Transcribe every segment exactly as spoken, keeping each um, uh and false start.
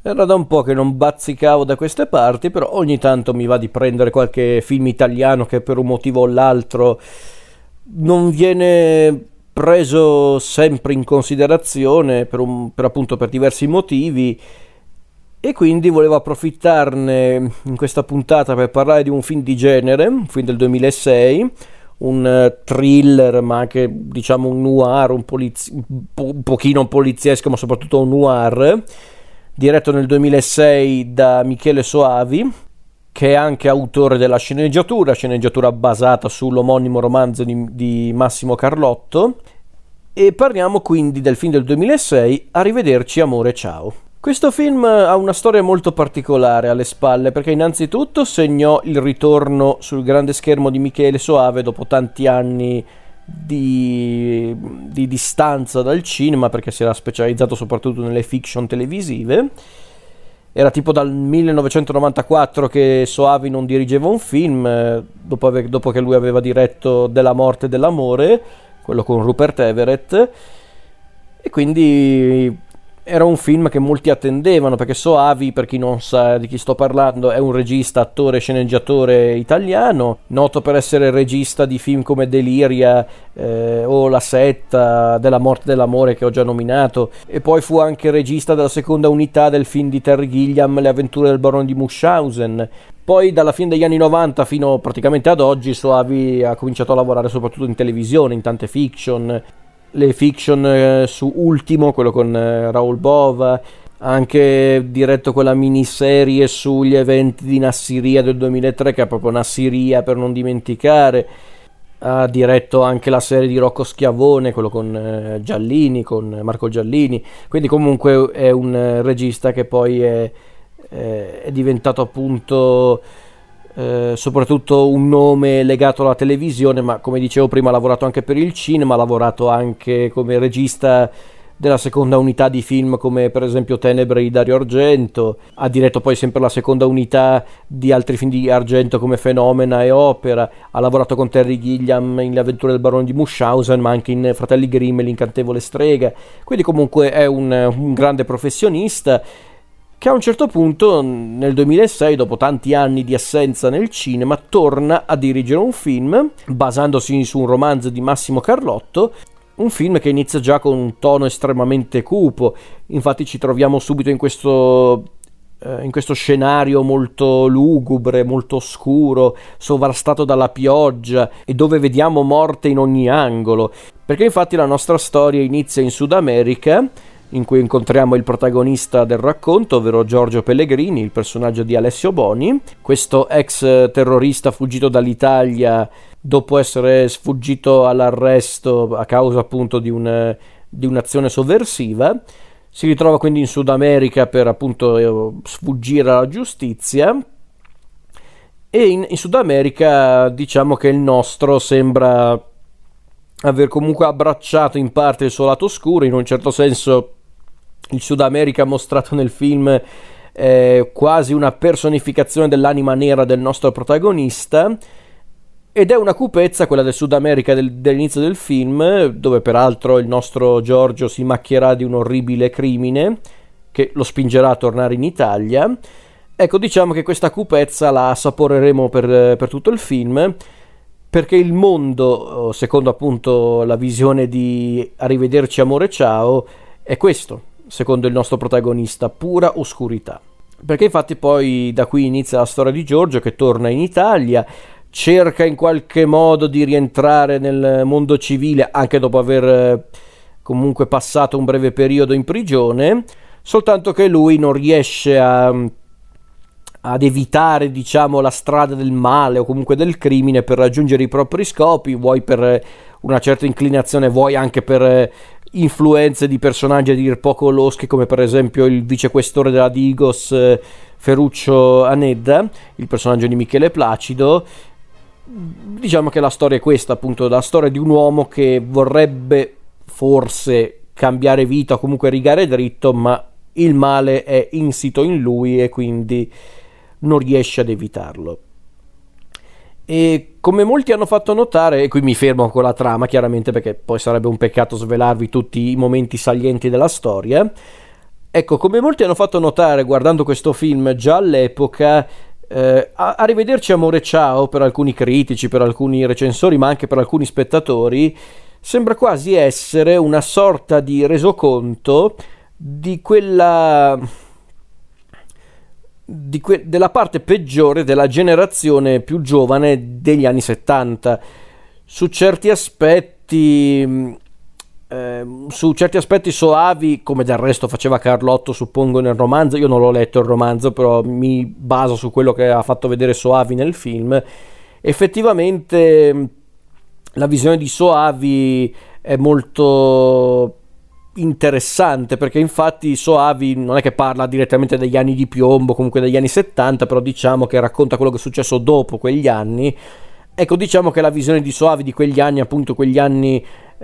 Era da un po' che non bazzicavo da queste parti, però ogni tanto mi va di prendere qualche film italiano che per un motivo o l'altro non viene preso sempre in considerazione per, un, per appunto per diversi motivi, e quindi volevo approfittarne in questa puntata per parlare di un film di genere, un film del duemilasei, un thriller ma anche diciamo un noir, un, polizi- un, po- un pochino poliziesco ma soprattutto un noir, diretto nel duemilasei da Michele Soavi, che è anche autore della sceneggiatura, sceneggiatura basata sull'omonimo romanzo di, di Massimo Carlotto. E parliamo quindi del film del duemilasei, Arrivederci amore ciao. Questo film ha una storia molto particolare alle spalle, perché innanzitutto segnò il ritorno sul grande schermo di Michele Soavi dopo tanti anni di, di distanza dal cinema, perché si era specializzato soprattutto nelle fiction televisive. Era tipo dal millenovecentonovantaquattro che Soavi non dirigeva un film, dopo, ave- dopo che lui aveva diretto Della morte e dell'amore, quello con Rupert Everett, e quindi era un film che molti attendevano, perché Soavi, per chi non sa di chi sto parlando, è un regista, attore e sceneggiatore italiano, noto per essere regista di film come Deliria eh, o La setta, Della morte e dell'amore che ho già nominato, e poi fu anche regista della seconda unità del film di Terry Gilliam, Le avventure del barone di Munchausen. Poi dalla fine degli anni novanta fino praticamente ad oggi Soavi ha cominciato a lavorare soprattutto in televisione, in tante fiction, le fiction eh, su Ultimo, quello con eh, Raoul Bova, ha anche diretto quella miniserie sugli eventi di Nassiria del duemilatré, che è proprio Nassiria per non dimenticare. Ha diretto anche la serie di Rocco Schiavone, quello con eh, Giallini, con Marco Giallini, quindi comunque è un eh, regista che poi è, eh, è diventato appunto Eh, soprattutto un nome legato alla televisione, ma come dicevo prima ha lavorato anche per il cinema, ha lavorato anche come regista della seconda unità di film come per esempio Tenebre di Dario Argento, ha diretto poi sempre la seconda unità di altri film di Argento come Fenomena e Opera, ha lavorato con Terry Gilliam in Le avventure del barone di Munchausen, ma anche in Fratelli Grimm e L'incantevole strega, quindi comunque è un, un grande professionista che a un certo punto nel duemilasei, dopo tanti anni di assenza nel cinema, torna a dirigere un film basandosi su un romanzo di Massimo Carlotto, un film che inizia già con un tono estremamente cupo. Infatti ci troviamo subito in questo eh, in questo scenario molto lugubre, molto oscuro, sovrastato dalla pioggia, e dove vediamo morte in ogni angolo, perché infatti la nostra storia inizia in Sud America, in cui incontriamo il protagonista del racconto, ovvero Giorgio Pellegrini, il personaggio di Alessio Boni, questo ex terrorista fuggito dall'Italia dopo essere sfuggito all'arresto a causa appunto di, un, di un'azione sovversiva. Si ritrova quindi in Sud America per appunto sfuggire alla giustizia, e in, in Sud America diciamo che il nostro sembra aver comunque abbracciato in parte il suo lato oscuro. In un certo senso il Sud America mostrato nel film è quasi una personificazione dell'anima nera del nostro protagonista, ed è una cupezza quella del Sud America del, dell'inizio del film, dove peraltro il nostro Giorgio si macchierà di un orribile crimine che lo spingerà a tornare in Italia. Ecco, diciamo che questa cupezza la assaporeremo per, per tutto il film, perché il mondo, secondo appunto la visione di Arrivederci amore ciao, è questo, secondo il nostro protagonista, pura oscurità. Perché infatti poi da qui inizia la storia di Giorgio, che torna in Italia, cerca in qualche modo di rientrare nel mondo civile, anche dopo aver comunque passato un breve periodo in prigione, soltanto che lui non riesce a ad evitare, diciamo, la strada del male o comunque del crimine per raggiungere i propri scopi, vuoi per una certa inclinazione, vuoi anche per influenze di personaggi a dir poco loschi, come per esempio il vicequestore della Digos, Ferruccio Anedda, il personaggio di Michele Placido. Diciamo che la storia è questa, appunto, la storia di un uomo che vorrebbe forse cambiare vita o comunque rigare dritto, ma il male è insito in lui e quindi non riesce ad evitarlo. E come molti hanno fatto notare, e qui mi fermo con la trama chiaramente perché poi sarebbe un peccato svelarvi tutti i momenti salienti della storia, Ecco, come molti hanno fatto notare guardando questo film già all'epoca, eh, a, a rivederci Amore Ciao per alcuni critici, per alcuni recensori, ma anche per alcuni spettatori, sembra quasi essere una sorta di resoconto di quella di que- della parte peggiore della generazione più giovane degli anni settanta. Su certi aspetti eh, su certi aspetti soavi, come del resto faceva Carlotto, suppongo, nel romanzo. Io non l'ho letto il romanzo, però mi baso su quello che ha fatto vedere Soavi nel film. Effettivamente la visione di Soavi è molto interessante, perché infatti Soavi non è che parla direttamente degli anni di piombo, comunque degli anni settanta, però diciamo che racconta quello che è successo dopo quegli anni. Ecco, diciamo che la visione di Soavi di quegli anni, appunto quegli anni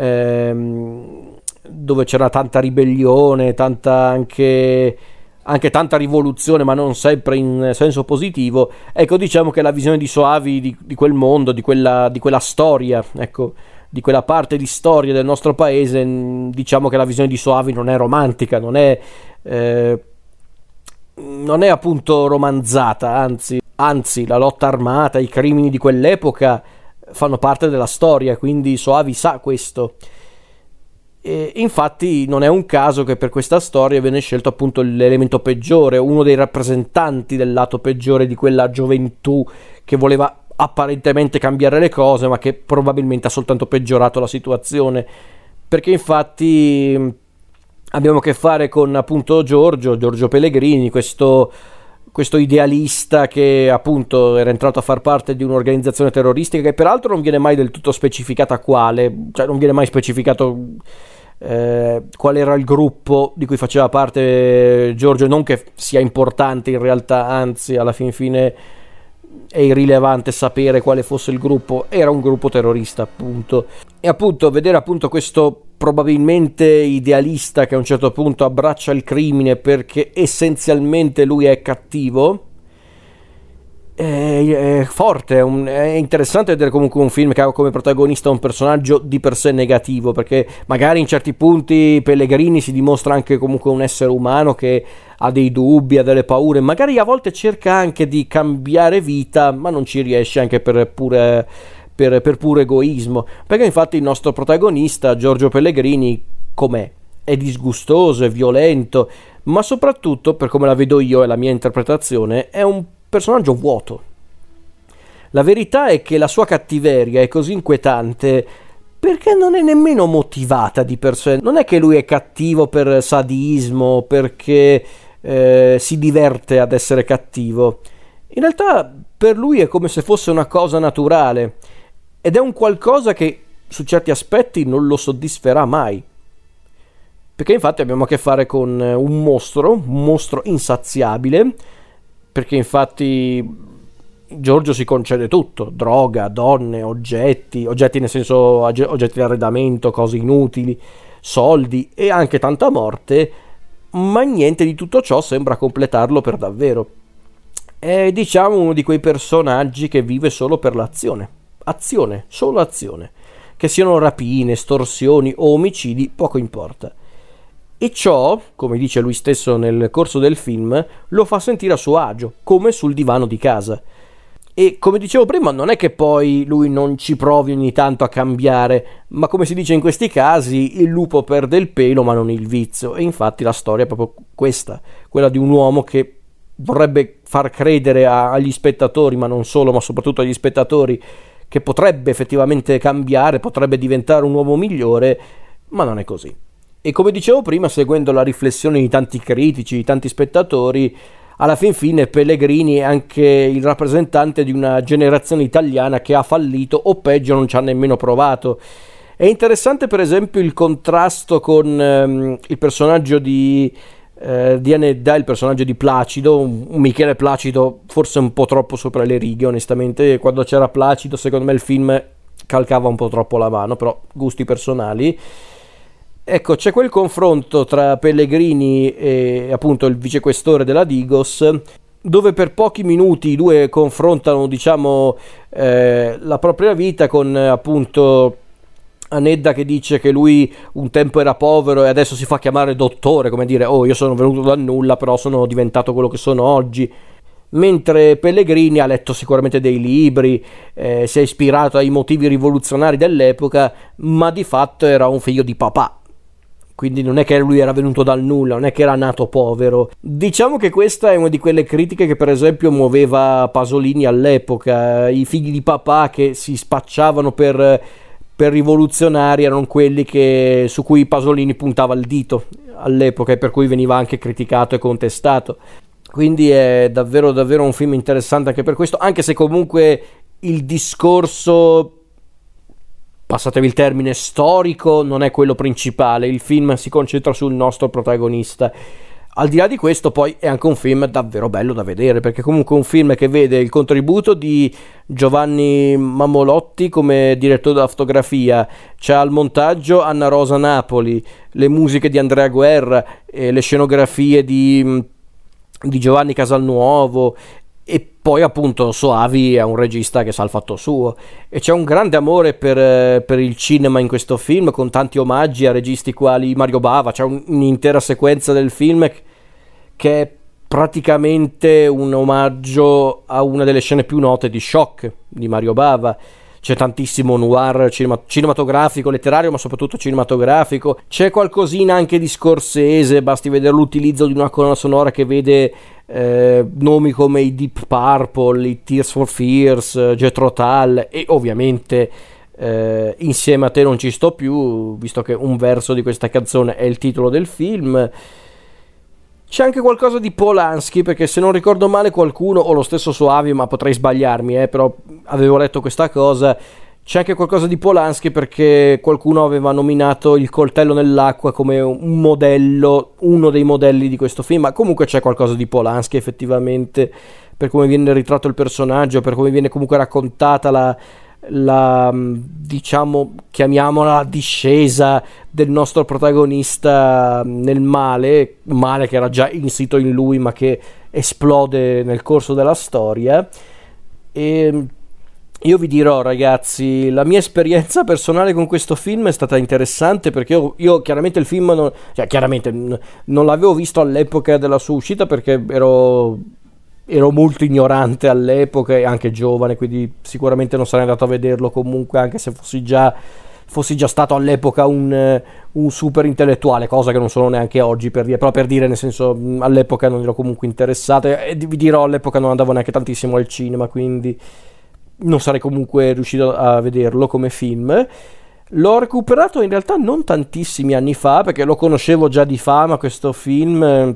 ehm, dove c'era tanta ribellione, tanta anche, anche tanta rivoluzione, ma non sempre in senso positivo. Ecco, diciamo che la visione di Soavi di, di quel mondo, di quella, di quella storia, ecco, di quella parte di storia del nostro paese, diciamo che la visione di Soavi non è romantica, non è eh, non è appunto romanzata, anzi anzi la lotta armata, i crimini di quell'epoca fanno parte della storia, quindi Soavi sa questo. E infatti non è un caso che per questa storia viene scelto appunto l'elemento peggiore, uno dei rappresentanti del lato peggiore di quella gioventù che voleva apparentemente cambiare le cose, ma che probabilmente ha soltanto peggiorato la situazione, perché infatti abbiamo a che fare con appunto Giorgio, Giorgio Pellegrini, questo, questo idealista che appunto era entrato a far parte di un'organizzazione terroristica che peraltro non viene mai del tutto specificata quale, cioè non viene mai specificato eh, qual era il gruppo di cui faceva parte Giorgio, non che sia importante in realtà, anzi alla fin fine è irrilevante sapere quale fosse il gruppo, era un gruppo terrorista appunto. E appunto vedere appunto questo probabilmente idealista che a un certo punto abbraccia il crimine perché essenzialmente lui è cattivo è, è forte, è, un, è interessante vedere comunque un film che ha come protagonista un personaggio di per sé negativo, perché magari in certi punti Pellegrini si dimostra anche comunque un essere umano che ha dei dubbi, ha delle paure, magari a volte cerca anche di cambiare vita, ma non ci riesce anche per pure, per, per puro egoismo, perché infatti il nostro protagonista Giorgio Pellegrini com'è? È disgustoso, è violento, ma soprattutto, per come la vedo io e la mia interpretazione, è un personaggio vuoto. La verità è che la sua cattiveria è così inquietante perché non è nemmeno motivata di per sé. Non è che lui è cattivo per sadismo, perché eh, si diverte ad essere cattivo. In realtà per lui è come se fosse una cosa naturale, ed è un qualcosa che su certi aspetti non lo soddisferà mai, perché infatti abbiamo a che fare con un mostro, un mostro insaziabile, perché infatti Giorgio si concede tutto: droga, donne, oggetti, oggetti nel senso oggetti di arredamento, cose inutili, soldi e anche tanta morte, ma niente di tutto ciò sembra completarlo per davvero. È, diciamo, uno di quei personaggi che vive solo per l'azione, azione, solo azione, che siano rapine, estorsioni o omicidi, poco importa. E ciò, come dice lui stesso nel corso del film, lo fa sentire a suo agio, come sul divano di casa. E come dicevo prima, non è che poi lui non ci provi ogni tanto a cambiare, ma come si dice in questi casi, il lupo perde il pelo ma non il vizio. E infatti la storia è proprio questa, quella di un uomo che vorrebbe far credere a, agli spettatori, ma non solo, ma soprattutto agli spettatori, che potrebbe effettivamente cambiare, potrebbe diventare un uomo migliore, ma non è così. E come dicevo prima, seguendo la riflessione di tanti critici, di tanti spettatori, alla fin fine Pellegrini è anche il rappresentante di una generazione italiana che ha fallito, o peggio non ci ha nemmeno provato. È interessante per esempio il contrasto con ehm, il personaggio di eh, di Anedda, il personaggio di Placido, un, un Michele Placido forse un po' troppo sopra le righe, onestamente. Quando c'era Placido secondo me il film calcava un po' troppo la mano, però gusti personali. Ecco, c'è quel confronto tra Pellegrini e appunto il vicequestore della Digos, dove per pochi minuti i due confrontano, diciamo, eh, la propria vita con appunto a Nedda che dice che lui un tempo era povero e adesso si fa chiamare dottore, come dire, oh, io sono venuto dal nulla però sono diventato quello che sono oggi. Mentre Pellegrini ha letto sicuramente dei libri, eh, si è ispirato ai motivi rivoluzionari dell'epoca, ma di fatto era un figlio di papà. Quindi non è che lui era venuto dal nulla, non è che era nato povero. Diciamo che questa è una di quelle critiche che per esempio muoveva Pasolini all'epoca. I figli di papà che si spacciavano per, per rivoluzionari erano quelli che, su cui Pasolini puntava il dito all'epoca e per cui veniva anche criticato e contestato. Quindi è davvero davvero un film interessante anche per questo, anche se comunque il discorso, passatevi il termine, storico non è quello principale. Il film si concentra sul nostro protagonista. Al di là di questo poi è anche un film davvero bello da vedere, perché comunque è un film che vede il contributo di Giovanni Mammolotti come direttore della fotografia, c'è al montaggio Anna Rosa Napoli, le musiche di Andrea Guerra, eh, le scenografie di di Giovanni Casalnuovo, e poi appunto Soavi è un regista che sa il fatto suo, e c'è un grande amore per, per il cinema in questo film, con tanti omaggi a registi quali Mario Bava. C'è un, un'intera sequenza del film che è praticamente un omaggio a una delle scene più note di Shock di Mario Bava. C'è tantissimo noir cinema- cinematografico, letterario, ma soprattutto cinematografico. C'è qualcosina anche di Scorsese, basti vedere l'utilizzo di una colonna sonora che vede eh, nomi come i Deep Purple, i Tears for Fears, Jethro Tull, e ovviamente eh, Insieme a te non ci sto più, visto che un verso di questa canzone è il titolo del film. C'è anche qualcosa di Polanski, perché se non ricordo male qualcuno, o lo stesso Soavi, ma potrei sbagliarmi, eh, però avevo letto questa cosa, c'è anche qualcosa di Polanski perché qualcuno aveva nominato Il coltello nell'acqua come un modello, uno dei modelli di questo film, ma comunque c'è qualcosa di Polanski effettivamente, per come viene ritratto il personaggio, per come viene comunque raccontata la... la diciamo, chiamiamola discesa del nostro protagonista nel male, male che era già insito in lui ma che esplode nel corso della storia. E io vi dirò, ragazzi, la mia esperienza personale con questo film è stata interessante, perché io, io chiaramente il film non, cioè chiaramente non l'avevo visto all'epoca della sua uscita, perché ero ero molto ignorante all'epoca e anche giovane, quindi sicuramente non sarei andato a vederlo comunque, anche se fossi già, fossi già stato all'epoca un, un super intellettuale, cosa che non sono neanche oggi, per dire, però per dire, nel senso, all'epoca non ero comunque interessato, e vi dirò, all'epoca non andavo neanche tantissimo al cinema, quindi non sarei comunque riuscito a vederlo come film. L'ho recuperato in realtà non tantissimi anni fa, perché lo conoscevo già di fama questo film,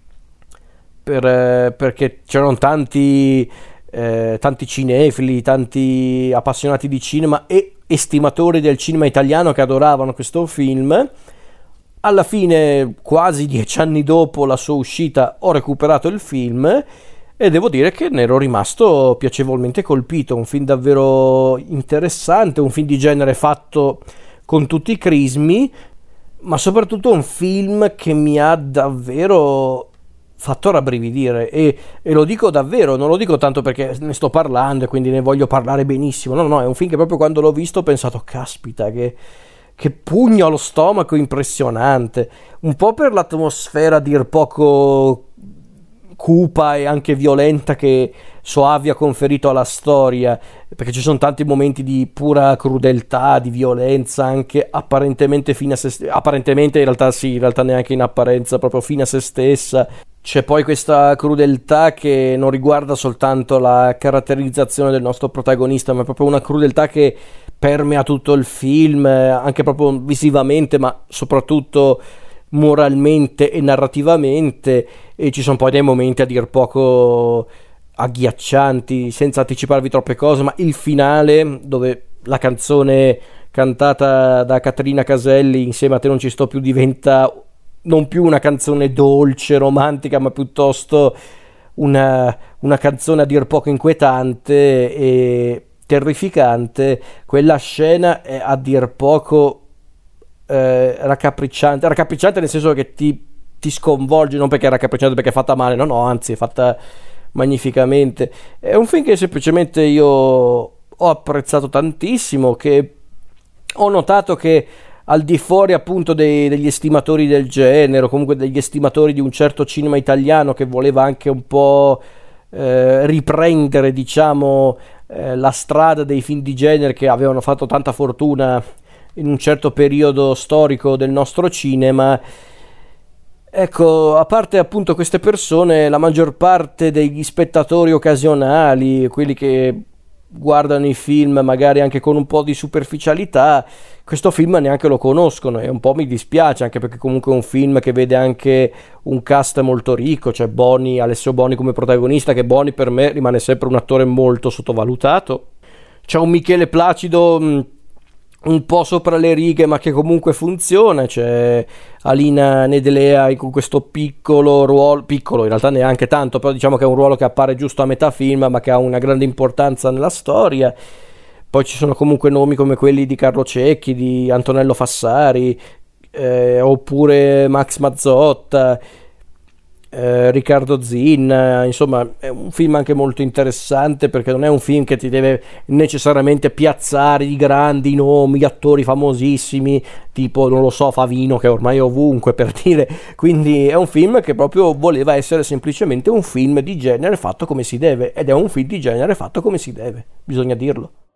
Per, perché c'erano tanti, eh, tanti cinefili, tanti appassionati di cinema e estimatori del cinema italiano che adoravano questo film. Alla fine, quasi dieci anni dopo la sua uscita, ho recuperato il film e devo dire che ne ero rimasto piacevolmente colpito. Un film davvero interessante, un film di genere fatto con tutti i crismi, ma soprattutto un film che mi ha davvero fatto rabbrividire, e, e lo dico davvero, non lo dico tanto perché ne sto parlando e quindi ne voglio parlare benissimo, no no, è un film che proprio quando l'ho visto ho pensato, caspita, che, che pugno allo stomaco impressionante, un po' per l'atmosfera a dir poco cupa e anche violenta che Soavi ha conferito alla storia, perché ci sono tanti momenti di pura crudeltà, di violenza, anche apparentemente fine a se stessa, apparentemente in realtà sì, in realtà neanche in apparenza, proprio fine a se stessa. C'è poi questa crudeltà che non riguarda soltanto la caratterizzazione del nostro protagonista, ma è proprio una crudeltà che permea tutto il film, anche proprio visivamente, ma soprattutto moralmente e narrativamente, e ci sono poi dei momenti a dir poco agghiaccianti, senza anticiparvi troppe cose, ma il finale, dove la canzone cantata da Caterina Caselli, Insieme a te non ci sto più, diventa non più una canzone dolce, romantica, ma piuttosto una, una canzone a dir poco inquietante e terrificante. Quella scena è a dir poco eh, raccapricciante, raccapricciante nel senso che ti, ti sconvolge, non perché è raccapricciante perché è fatta male, no no, anzi è fatta magnificamente. È un film che semplicemente io ho apprezzato tantissimo, che Ho notato che al di fuori appunto dei- degli estimatori del genere, o comunque degli estimatori di un certo cinema italiano che voleva anche un po' eh, riprendere, diciamo, eh, la strada dei film di genere che avevano fatto tanta fortuna in un certo periodo storico del nostro cinema. Ecco, a parte appunto queste persone, la maggior parte degli spettatori occasionali, quelli che guardano i film magari anche con un po' di superficialità, questo film neanche lo conoscono e un po' mi dispiace, anche perché comunque è un film che vede anche un cast molto ricco, c'è Boni, Alessio Boni come protagonista, che Boni per me rimane sempre un attore molto sottovalutato. C'è un Michele Placido mh, un po' sopra le righe, ma che comunque funziona. C'è Alina Nedelea con questo piccolo ruolo, piccolo in realtà neanche tanto, però diciamo che è un ruolo che appare giusto a metà film, ma che ha una grande importanza nella storia. Poi ci sono comunque nomi come quelli di Carlo Cecchi, di Antonello Fassari, eh, oppure Max Mazzotta, eh, Riccardo Zin. Insomma è un film anche molto interessante, perché non è un film che ti deve necessariamente piazzare i grandi nomi, gli attori famosissimi, tipo, non lo so, Favino, che ormai è ovunque, per dire. Quindi è un film che proprio voleva essere semplicemente un film di genere fatto come si deve, ed è un film di genere fatto come si deve, bisogna dirlo.